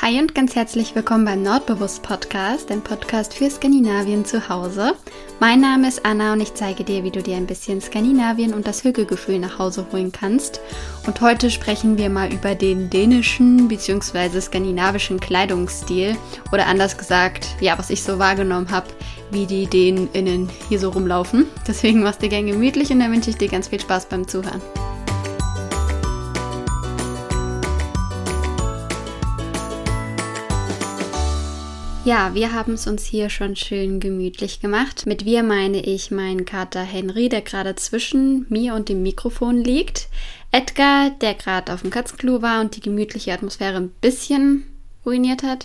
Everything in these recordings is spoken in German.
Hi und ganz herzlich willkommen beim Nordbewusst Podcast, dem Podcast für Skandinavien zu Hause. Mein Name ist Anna und ich zeige dir, wie du dir ein bisschen Skandinavien und das Hügelgefühl nach Hause holen kannst. Und heute sprechen wir mal über den dänischen bzw. skandinavischen Kleidungsstil oder anders gesagt, ja, was ich so wahrgenommen habe, wie die DänInnen hier so rumlaufen. Deswegen mach's dir gern gemütlich und dann wünsche ich dir ganz viel Spaß beim Zuhören. Ja, wir haben es uns hier schon schön gemütlich gemacht. Mit wir meine ich meinen Kater Henry, der gerade zwischen mir und dem Mikrofon liegt. Edgar, der gerade auf dem Katzenklo war und die gemütliche Atmosphäre ein bisschen ruiniert hat.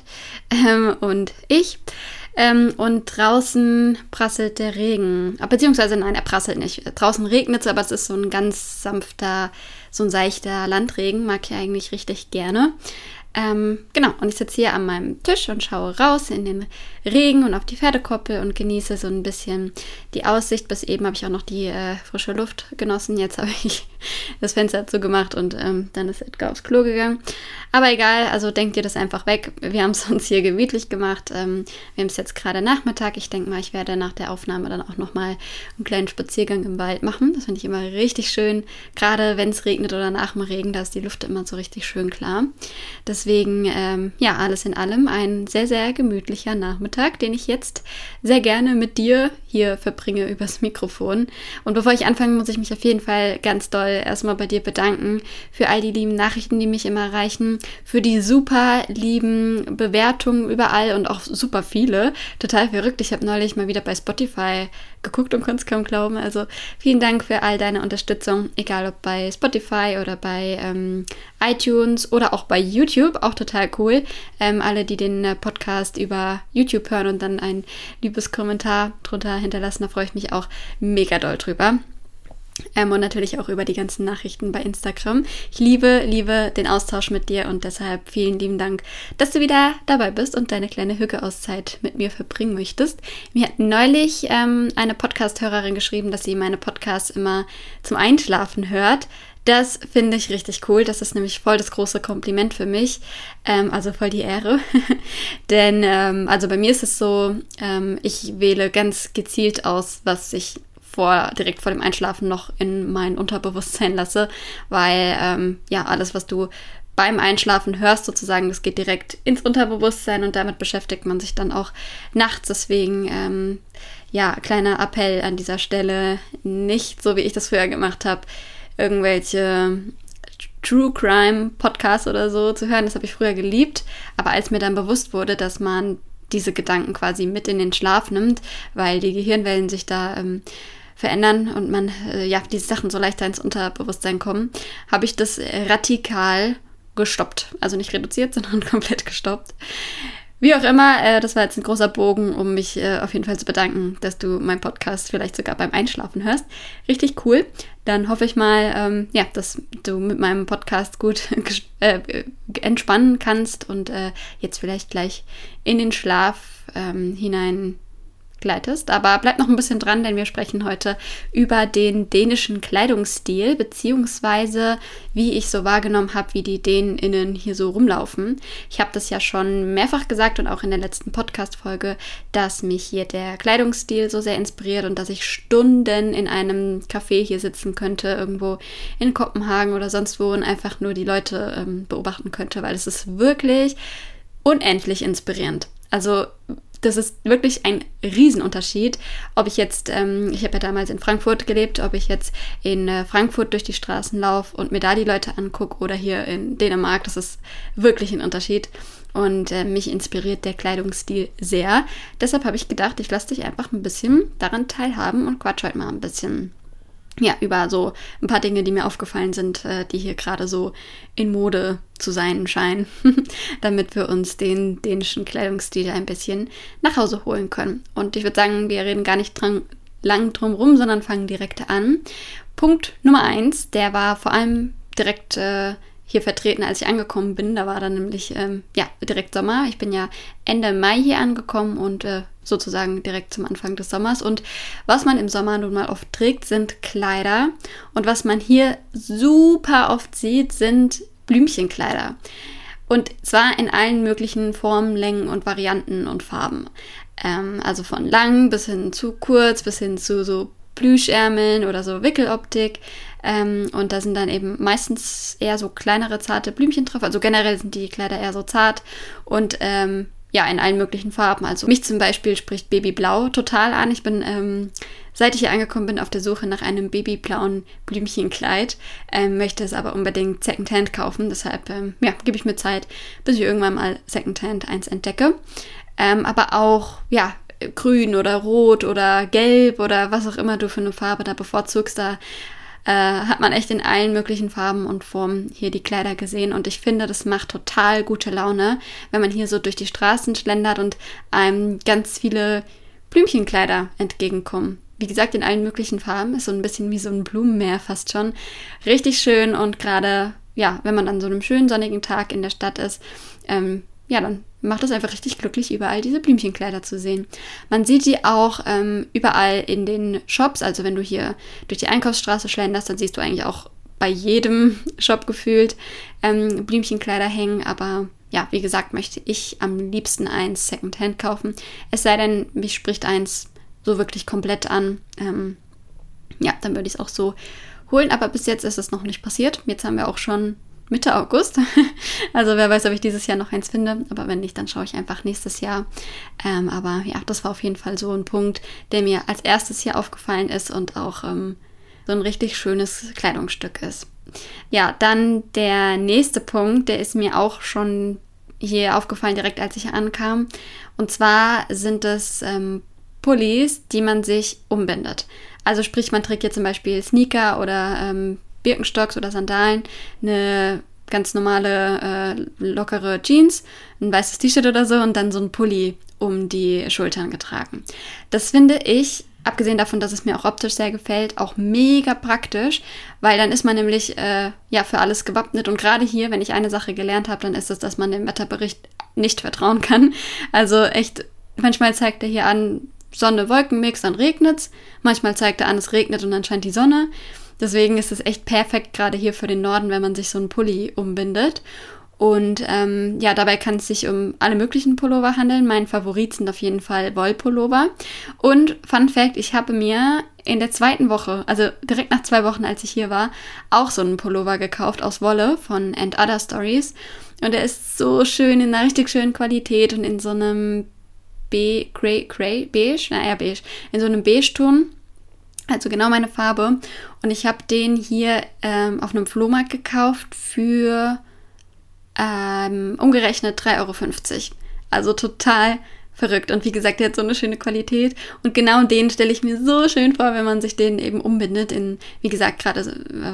Und ich. Und draußen prasselt der Regen. Beziehungsweise nein, er prasselt nicht. Draußen regnet es, aber es ist so ein ganz sanfter, so ein seichter Landregen. Mag ich eigentlich richtig gerne. Genau, und ich sitze hier an meinem Tisch und schaue raus in den Regen und auf die Pferdekoppel und genieße so ein bisschen die Aussicht. Bis eben habe ich auch noch die frische Luft genossen. Jetzt habe ich das Fenster zugemacht und dann ist Edgar aufs Klo gegangen. Aber egal, also denkt ihr das einfach weg. Wir haben es uns hier gemütlich gemacht. Wir haben es jetzt gerade Nachmittag. Ich denke mal, ich werde nach der Aufnahme dann auch nochmal einen kleinen Spaziergang im Wald machen. Das finde ich immer richtig schön. Gerade wenn es regnet oder nach dem Regen, da ist die Luft immer so richtig schön klar. Deswegen, ja, alles in allem ein sehr, sehr gemütlicher Nachmittag, den ich jetzt sehr gerne mit dir hier verbringe übers Mikrofon. Und bevor ich anfange, muss ich mich auf jeden Fall ganz doll erstmal bei dir bedanken für all die lieben Nachrichten, die mich immer erreichen, für die super lieben Bewertungen überall und auch super viele. Total verrückt. Ich habe neulich mal wieder bei Spotify geguckt und konnte es kaum glauben. Also vielen Dank für all deine Unterstützung, egal ob bei Spotify oder bei iTunes oder auch bei YouTube, auch total cool. Alle, die den Podcast über YouTube hören und dann ein liebes Kommentar drunter hinterlassen, da freue ich mich auch mega doll drüber. Und natürlich auch über die ganzen Nachrichten bei Instagram. Ich liebe den Austausch mit dir und deshalb vielen lieben Dank, dass du wieder dabei bist und deine kleine Hücke-Auszeit mit mir verbringen möchtest. Mir hat neulich eine Podcast-Hörerin geschrieben, dass sie meine Podcasts immer zum Einschlafen hört. Das finde ich richtig cool. Das ist nämlich voll das große Kompliment für mich. Also voll die Ehre. Denn also bei mir ist es so, ich wähle ganz gezielt aus, was ich direkt vor dem Einschlafen noch in mein Unterbewusstsein lasse, weil ja, alles, was du beim Einschlafen hörst sozusagen, das geht direkt ins Unterbewusstsein und damit beschäftigt man sich dann auch nachts. Deswegen, ja, kleiner Appell an dieser Stelle, nicht so wie ich das früher gemacht habe, irgendwelche True Crime Podcasts oder so zu hören. Das habe ich früher geliebt, aber als mir dann bewusst wurde, dass man diese Gedanken quasi mit in den Schlaf nimmt, weil die Gehirnwellen sich da verändern und man, ja, diese Sachen so leichter ins Unterbewusstsein kommen, habe ich das radikal gestoppt. Also nicht reduziert, sondern komplett gestoppt. Wie auch immer, das war jetzt ein großer Bogen, um mich auf jeden Fall zu bedanken, dass du meinen Podcast vielleicht sogar beim Einschlafen hörst. Richtig cool. Dann hoffe ich mal, ja, dass du mit meinem Podcast gut entspannen kannst und jetzt vielleicht gleich in den Schlaf hinein gleitest. Aber bleib noch ein bisschen dran, denn wir sprechen heute über den dänischen Kleidungsstil, beziehungsweise wie ich so wahrgenommen habe, wie die DänInnen hier so rumlaufen. Ich habe das ja schon mehrfach gesagt und auch in der letzten Podcast-Folge, dass mich hier der Kleidungsstil so sehr inspiriert und dass ich Stunden in einem Café hier sitzen könnte, irgendwo in Kopenhagen oder sonst wo und einfach nur die Leute beobachten könnte, weil es ist wirklich unendlich inspirierend. Also das ist wirklich ein Riesenunterschied, ob ich jetzt, ich habe ja damals in Frankfurt gelebt, ob ich jetzt in Frankfurt durch die Straßen laufe und mir da die Leute angucke oder hier in Dänemark, das ist wirklich ein Unterschied und mich inspiriert der Kleidungsstil sehr. Deshalb habe ich gedacht, ich lasse dich einfach ein bisschen daran teilhaben und quatsch heute mal ein bisschen über so ein paar Dinge, die mir aufgefallen sind, die hier gerade so in Mode zu sein scheinen, damit wir uns den dänischen Kleidungsstil ein bisschen nach Hause holen können. Und ich würde sagen, wir reden gar nicht lang drum rum, sondern fangen direkt an. Punkt Nummer 1, der war vor allem direkt hier vertreten, als ich angekommen bin. Da war dann nämlich direkt Sommer. Ich bin ja Ende Mai hier angekommen und sozusagen direkt zum Anfang des Sommers. Und was man im Sommer nun mal oft trägt, sind Kleider. Und was man hier super oft sieht, sind Blümchenkleider. Und zwar in allen möglichen Formen, Längen und Varianten und Farben. Also von lang bis hin zu kurz, bis hin zu so Plüschärmeln oder so Wickeloptik. Und da sind dann eben meistens eher so kleinere, zarte Blümchen drauf. Also generell sind die Kleider eher so zart und in allen möglichen Farben. Also mich zum Beispiel spricht Babyblau total an. Ich bin, seit ich hier angekommen bin, auf der Suche nach einem babyblauen Blümchenkleid, möchte es aber unbedingt Secondhand kaufen. Deshalb gebe ich mir Zeit, bis ich irgendwann mal Secondhand eins entdecke. Aber auch, grün oder rot oder gelb oder was auch immer du für eine Farbe da bevorzugst, da hat man echt in allen möglichen Farben und Formen hier die Kleider gesehen. Und ich finde, das macht total gute Laune, wenn man hier so durch die Straßen schlendert und einem ganz viele Blümchenkleider entgegenkommen. Wie gesagt, in allen möglichen Farben. Ist so ein bisschen wie so ein Blumenmeer fast schon. Richtig schön und gerade, wenn man an so einem schönen sonnigen Tag in der Stadt ist, dann macht es einfach richtig glücklich, überall diese Blümchenkleider zu sehen. Man sieht die auch überall in den Shops. Also wenn du hier durch die Einkaufsstraße schlenderst, dann siehst du eigentlich auch bei jedem Shop gefühlt Blümchenkleider hängen. Aber wie gesagt, möchte ich am liebsten eins Secondhand kaufen. Es sei denn, mich spricht eins so wirklich komplett an. Dann würde ich es auch so holen. Aber bis jetzt ist es noch nicht passiert. Jetzt haben wir auch schon Mitte August. Also wer weiß, ob ich dieses Jahr noch eins finde. Aber wenn nicht, dann schaue ich einfach nächstes Jahr. Aber das war auf jeden Fall so ein Punkt, der mir als erstes hier aufgefallen ist und auch so ein richtig schönes Kleidungsstück ist. Ja, dann der nächste Punkt, der ist mir auch schon hier aufgefallen, direkt als ich ankam. Und zwar sind es Pullis, die man sich umbindet. Also sprich, man trägt hier zum Beispiel Sneaker oder Birkenstocks oder Sandalen, eine ganz normale, lockere Jeans, ein weißes T-Shirt oder so und dann so ein Pulli um die Schultern getragen. Das finde ich, abgesehen davon, dass es mir auch optisch sehr gefällt, auch mega praktisch, weil dann ist man nämlich für alles gewappnet. Und gerade hier, wenn ich eine Sache gelernt habe, dann ist es, dass man dem Wetterbericht nicht vertrauen kann. Also echt, manchmal zeigt er hier an, Sonne-Wolken-Mix, dann regnet's. Manchmal zeigt er an, es regnet und dann scheint die Sonne. Deswegen ist es echt perfekt, gerade hier für den Norden, wenn man sich so einen Pulli umbindet. Und dabei kann es sich um alle möglichen Pullover handeln. Mein Favorit sind auf jeden Fall Wollpullover. Und Fun Fact, ich habe mir in der 2. Woche, also direkt nach 2 Wochen, als ich hier war, auch so einen Pullover gekauft aus Wolle von And Other Stories. Und der ist so schön, in einer richtig schönen Qualität und in so einem beige, in so einem Beige-Ton. Also genau meine Farbe. Und ich habe den hier auf einem Flohmarkt gekauft für umgerechnet 3,50 €. Also total verrückt. Und wie gesagt, der hat so eine schöne Qualität. Und genau den stelle ich mir so schön vor, wenn man sich den eben umbindet in, wie gesagt, gerade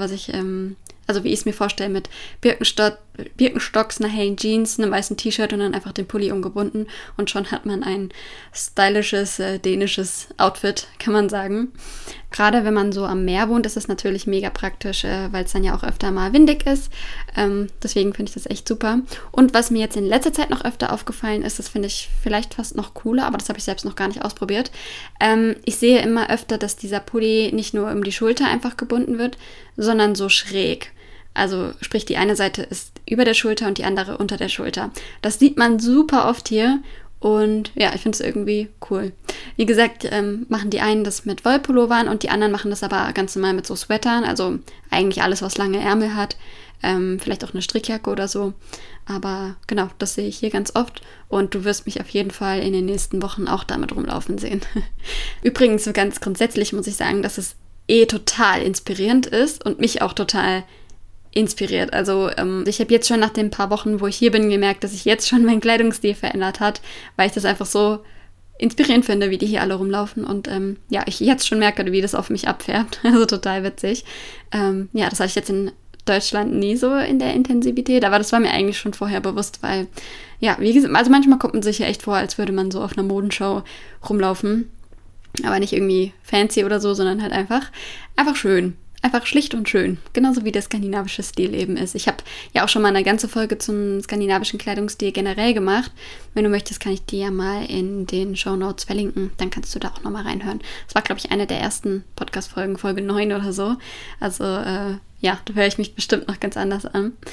wie ich es mir vorstelle, mit Birkenstocks, einer hellen Jeans, einem weißen T-Shirt und dann einfach den Pulli umgebunden. Und schon hat man ein stylisches, dänisches Outfit, kann man sagen. Gerade wenn man so am Meer wohnt, ist es natürlich mega praktisch, weil es dann ja auch öfter mal windig ist. Deswegen finde ich das echt super. Und was mir jetzt in letzter Zeit noch öfter aufgefallen ist, das finde ich vielleicht fast noch cooler, aber das habe ich selbst noch gar nicht ausprobiert. Ich sehe immer öfter, dass dieser Pulli nicht nur um die Schulter einfach gebunden wird, sondern so schräg. Also sprich, die eine Seite ist über der Schulter und die andere unter der Schulter. Das sieht man super oft hier und ich finde es irgendwie cool. Wie gesagt, machen die einen das mit Wollpullovern und die anderen machen das aber ganz normal mit so Sweatern. Also eigentlich alles, was lange Ärmel hat. Vielleicht auch eine Strickjacke oder so. Aber genau, das sehe ich hier ganz oft und du wirst mich auf jeden Fall in den nächsten Wochen auch damit rumlaufen sehen. Übrigens, so ganz grundsätzlich muss ich sagen, dass es total inspirierend ist und mich auch total inspiriert. Also ich habe jetzt schon nach den paar Wochen, wo ich hier bin, gemerkt, dass sich jetzt schon mein Kleidungsstil verändert hat, weil ich das einfach so inspirierend finde, wie die hier alle rumlaufen und ich jetzt schon merke, wie das auf mich abfärbt. Also total witzig. Das hatte ich jetzt in Deutschland nie so in der Intensivität, aber das war mir eigentlich schon vorher bewusst, weil, wie gesagt, also manchmal kommt man sich ja echt vor, als würde man so auf einer Modenshow rumlaufen, aber nicht irgendwie fancy oder so, sondern halt einfach schön. Einfach schlicht und schön. Genauso wie der skandinavische Stil eben ist. Ich habe ja auch schon mal eine ganze Folge zum skandinavischen Kleidungsstil generell gemacht. Wenn du möchtest, kann ich dir ja mal in den Shownotes verlinken. Dann kannst du da auch nochmal reinhören. Das war, glaube ich, eine der ersten Podcast-Folgen, Folge 9 oder so. Also, da höre ich mich bestimmt noch ganz anders an.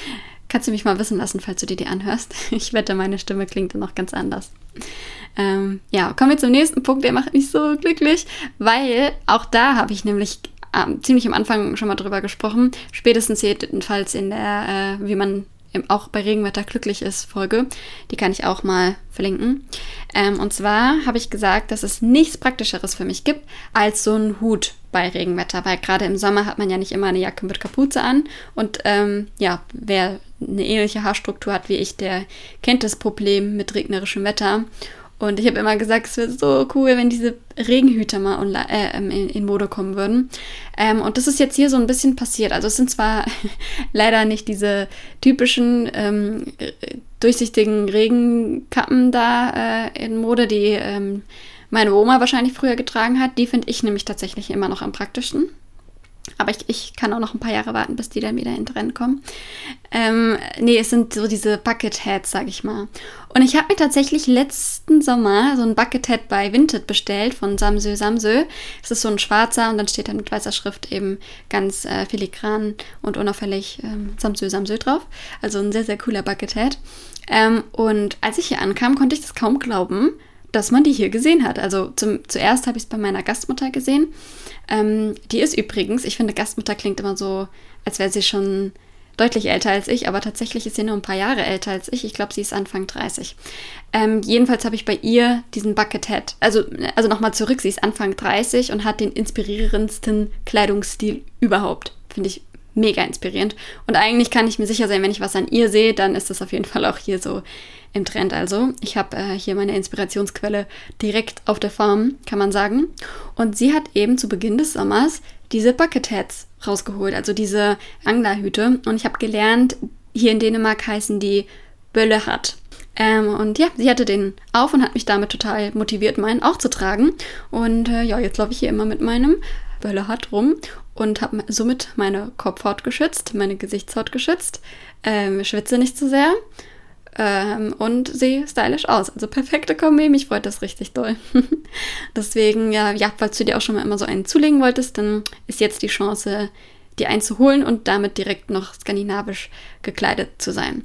Kannst du mich mal wissen lassen, falls du dir die anhörst. Ich wette, meine Stimme klingt dann noch ganz anders. Kommen wir zum nächsten Punkt, der macht mich so glücklich, weil auch da habe ich nämlich ziemlich am Anfang schon mal drüber gesprochen, spätestens jedenfalls in der, wie man auch bei Regenwetter glücklich ist, Folge. Die kann ich auch mal verlinken. Und zwar habe ich gesagt, dass es nichts Praktischeres für mich gibt, als so einen Hut bei Regenwetter. Weil gerade im Sommer hat man ja nicht immer eine Jacke mit Kapuze an. Und wer eine ähnliche Haarstruktur hat wie ich, der kennt das Problem mit regnerischem Wetter. Und ich habe immer gesagt, es wäre so cool, wenn diese Regenhüte mal in Mode kommen würden. Und das ist jetzt hier so ein bisschen passiert. Also es sind zwar leider nicht diese typischen durchsichtigen Regenkappen da in Mode, die meine Oma wahrscheinlich früher getragen hat. Die finde ich nämlich tatsächlich immer noch am praktischsten. Aber ich kann auch noch ein paar Jahre warten, bis die dann wieder in den Trend kommen. Es sind so diese Bucket Hats, sag ich mal. Und ich habe mir tatsächlich letzten Sommer so ein Bucket Hat bei Vinted bestellt von Samsö Samsö. Es ist so ein schwarzer und dann steht dann mit weißer Schrift eben ganz filigran und unauffällig Samsö Samsö drauf. Also ein sehr, sehr cooler Bucket Hat. Und als ich hier ankam, konnte ich das kaum glauben, dass man die hier gesehen hat. Also zuerst habe ich es bei meiner Gastmutter gesehen. Die ist übrigens, ich finde, Gastmutter klingt immer so, als wäre sie schon deutlich älter als ich, aber tatsächlich ist sie nur ein paar Jahre älter als ich. Ich glaube, sie ist Anfang 30. Jedenfalls habe ich bei ihr diesen Bucket Hat. Also nochmal zurück, sie ist Anfang 30 und hat den inspirierendsten Kleidungsstil überhaupt. Finde ich mega inspirierend. Und eigentlich kann ich mir sicher sein, wenn ich was an ihr sehe, dann ist das auf jeden Fall auch hier so im Trend. Also ich habe hier meine Inspirationsquelle direkt auf der Farm, kann man sagen. Und sie hat eben zu Beginn des Sommers diese Bucket Hats rausgeholt, also diese Anglerhüte. Und ich habe gelernt, hier in Dänemark heißen die Bøllehat. Und ja, sie hatte den auf und hat mich damit total motiviert, meinen auch zu tragen. Und jetzt laufe ich hier immer mit meinem Bøllehat rum und habe somit meine Kopfhaut geschützt, meine Gesichtshaut geschützt, schwitze nicht zu sehr und sehe stylisch aus. Also perfekte Kombi, mich freut das richtig doll. Deswegen, falls du dir auch schon mal immer so einen zulegen wolltest, dann ist jetzt die Chance, die einzuholen und damit direkt noch skandinavisch gekleidet zu sein.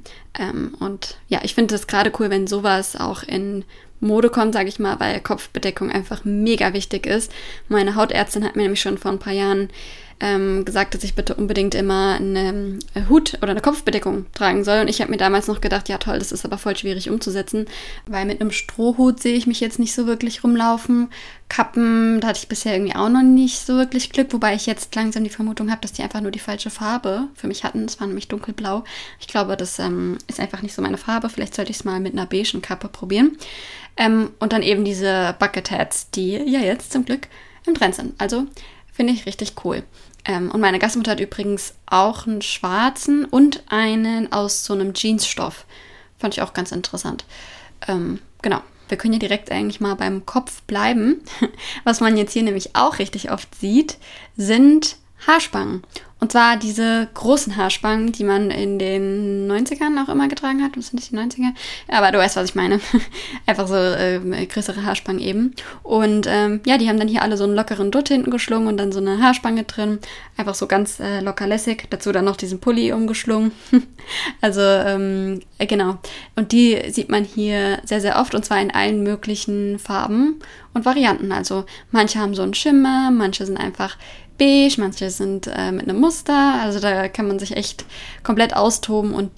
Ich finde das gerade cool, wenn sowas auch in Mode kommt, sage ich mal, weil Kopfbedeckung einfach mega wichtig ist. Meine Hautärztin hat mir nämlich schon vor ein paar Jahren gesagt, dass ich bitte unbedingt immer einen Hut oder eine Kopfbedeckung tragen soll. Und ich habe mir damals noch gedacht, ja toll, das ist aber voll schwierig umzusetzen, weil mit einem Strohhut sehe ich mich jetzt nicht so wirklich rumlaufen. Kappen, da hatte ich bisher irgendwie auch noch nicht so wirklich Glück, wobei ich jetzt langsam die Vermutung habe, dass die einfach nur die falsche Farbe für mich hatten. Das war nämlich dunkelblau. Ich glaube, das ist einfach nicht so meine Farbe. Vielleicht sollte ich es mal mit einer beigen Kappe probieren. Und dann eben diese Bucket Hats, die ja jetzt zum Glück im Trend sind. Also finde ich richtig cool. Und meine Gastmutter hat übrigens auch einen schwarzen und einen aus so einem Jeansstoff. Fand ich auch ganz interessant. Genau. Wir können ja direkt eigentlich mal beim Kopf bleiben. Was man jetzt hier nämlich auch richtig oft sieht, sind Haarspangen. Und zwar diese großen Haarspangen, die man in den 90ern auch immer getragen hat. Was sind das, die 90er? Aber du weißt, was ich meine. Einfach so größere Haarspangen eben. Und die haben dann hier alle so einen lockeren Dutt hinten geschlungen und dann so eine Haarspange drin. Einfach so ganz locker lässig. Dazu dann noch diesen Pulli umgeschlungen. Also, genau. Und die sieht man hier sehr, sehr oft. Und zwar in allen möglichen Farben und Varianten. Also manche haben so einen Schimmer, manche sind einfach beige, manche sind mit einem Muster, also da kann man sich echt komplett austoben und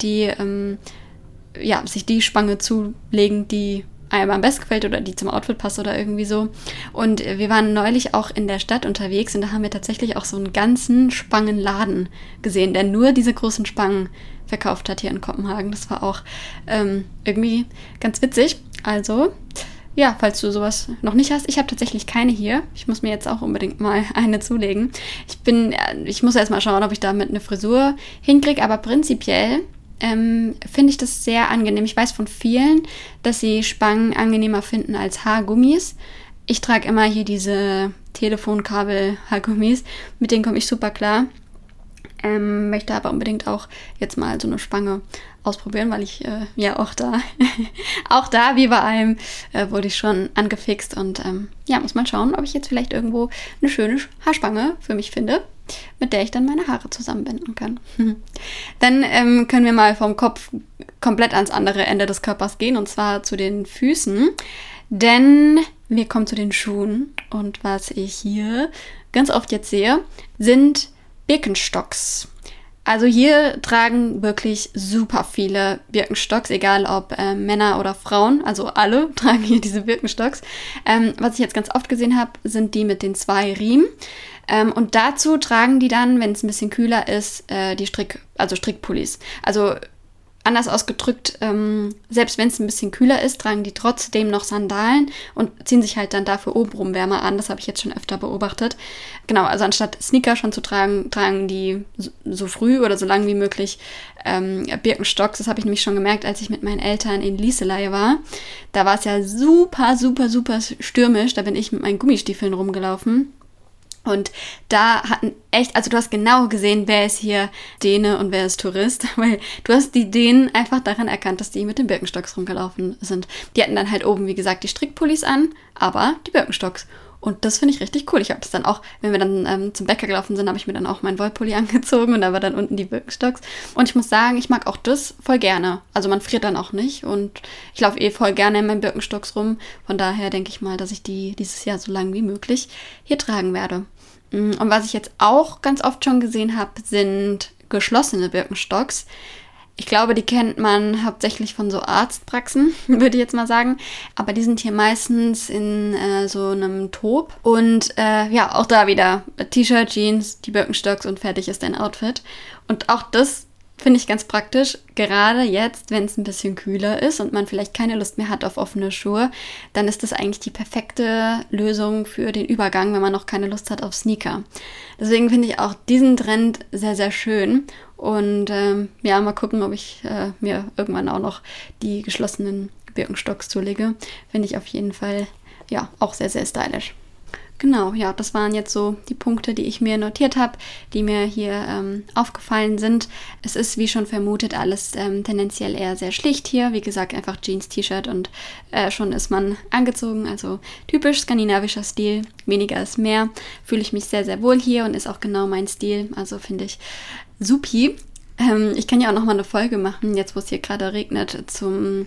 sich die Spange zulegen, die einem am besten gefällt oder die zum Outfit passt oder irgendwie so. Und wir waren neulich auch in der Stadt unterwegs und da haben wir tatsächlich auch so einen ganzen Spangenladen gesehen, der nur diese großen Spangen verkauft hat hier in Kopenhagen. Das war auch irgendwie ganz witzig. Also ja, falls du sowas noch nicht hast. Ich habe tatsächlich keine hier. Ich muss mir jetzt auch unbedingt mal eine zulegen. Ich muss erst mal schauen, ob ich damit eine Frisur hinkriege, aber prinzipiell finde ich das sehr angenehm. Ich weiß von vielen, dass sie Spangen angenehmer finden als Haargummis. Ich trage immer hier diese Telefonkabel-Haargummis. Mit denen komme ich super klar. Möchte aber unbedingt auch jetzt mal so eine Spange ausprobieren, weil ich auch da wie bei allem wurde ich schon angefixt und muss mal schauen, ob ich jetzt vielleicht irgendwo eine schöne Haarspange für mich finde. mit der ich dann meine Haare zusammenbinden kann. Dann können wir mal vom Kopf komplett ans andere Ende des Körpers gehen, und zwar zu den Füßen. Denn wir kommen zu den Schuhen, und was ich hier ganz oft jetzt sehe, sind Birkenstocks. Also hier tragen wirklich super viele Birkenstocks, egal ob Männer oder Frauen, also alle tragen hier diese Birkenstocks. Was ich jetzt ganz oft gesehen habe, sind die mit den 2 Riemen. Und dazu tragen die dann, wenn es ein bisschen kühler ist, die Strickpullis. Also anders ausgedrückt, selbst wenn es ein bisschen kühler ist, tragen die trotzdem noch Sandalen und ziehen sich halt dann dafür obenrum wärmer an. Das habe ich jetzt schon öfter beobachtet. Genau, also anstatt Sneaker schon zu tragen, tragen die so früh oder so lang wie möglich Birkenstocks. Das habe ich nämlich schon gemerkt, als ich mit meinen Eltern in Lieselei war. Da war es ja super, super, super stürmisch. Da bin ich mit meinen Gummistiefeln rumgelaufen. Und da hatten echt, also du hast genau gesehen, wer ist hier Däne und wer ist Tourist, weil du hast die Dänen einfach daran erkannt, dass die mit den Birkenstocks rumgelaufen sind. Die hatten dann halt oben, wie gesagt, die Strickpullis an, aber die Birkenstocks. Und das finde ich richtig cool. Ich habe das dann auch, wenn wir dann zum Bäcker gelaufen sind, habe ich mir dann auch meinen Wollpulli angezogen und da war dann unten die Birkenstocks. Und ich muss sagen, ich mag auch das voll gerne. Also man friert dann auch nicht und ich laufe voll gerne in meinen Birkenstocks rum. Von daher denke ich mal, dass ich die dieses Jahr so lange wie möglich hier tragen werde. Und was ich jetzt auch ganz oft schon gesehen habe, sind geschlossene Birkenstocks. Ich glaube, die kennt man hauptsächlich von so Arztpraxen, würde ich jetzt mal sagen. Aber die sind hier meistens in so einem Taub. Und ja, auch da wieder T-Shirt, Jeans, die Birkenstocks und fertig ist dein Outfit. Und auch das finde ich ganz praktisch, gerade jetzt, wenn es ein bisschen kühler ist und man vielleicht keine Lust mehr hat auf offene Schuhe, dann ist das eigentlich die perfekte Lösung für den Übergang, wenn man noch keine Lust hat auf Sneaker. Deswegen finde ich auch diesen Trend sehr, sehr schön. Und ja, mal gucken, ob ich mir irgendwann auch noch die geschlossenen Birkenstocks zulege. Finde ich auf jeden Fall ja auch sehr, sehr stylisch. Genau, ja, das waren jetzt so die Punkte, die ich mir notiert habe, die mir hier aufgefallen sind. Es ist, wie schon vermutet, alles tendenziell eher sehr schlicht hier. Wie gesagt, einfach Jeans, T-Shirt und schon ist man angezogen. Also typisch skandinavischer Stil, weniger ist mehr. Fühle ich mich sehr, sehr wohl hier und ist auch genau mein Stil. Also finde ich supi. Ich kann ja auch nochmal eine Folge machen, jetzt wo es hier gerade regnet, zum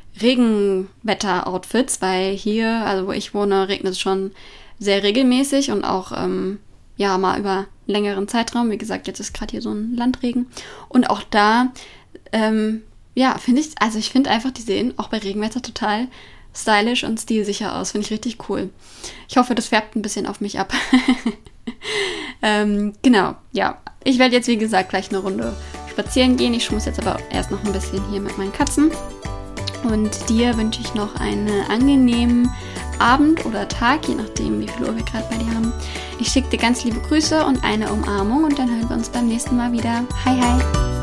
Regenwetter-Outfits, weil hier, also wo ich wohne, regnet es schon sehr regelmäßig und auch ja mal über einen längeren Zeitraum. Wie gesagt, jetzt ist gerade hier so ein Landregen. Und auch da, ja, finde ich, also ich finde einfach, die sehen auch bei Regenwetter total stylisch und stilsicher aus. Finde ich richtig cool. Ich hoffe, das färbt ein bisschen auf mich ab. Genau, ja. Ich werde jetzt, wie gesagt, gleich eine Runde spazieren gehen. Ich muss jetzt aber erst noch ein bisschen hier mit meinen Katzen. Und dir wünsche ich noch einen angenehmen Abend oder Tag, je nachdem, wie viel Uhr wir gerade bei dir haben. Ich schicke dir ganz liebe Grüße und eine Umarmung und dann hören wir uns beim nächsten Mal wieder. Hi, hi!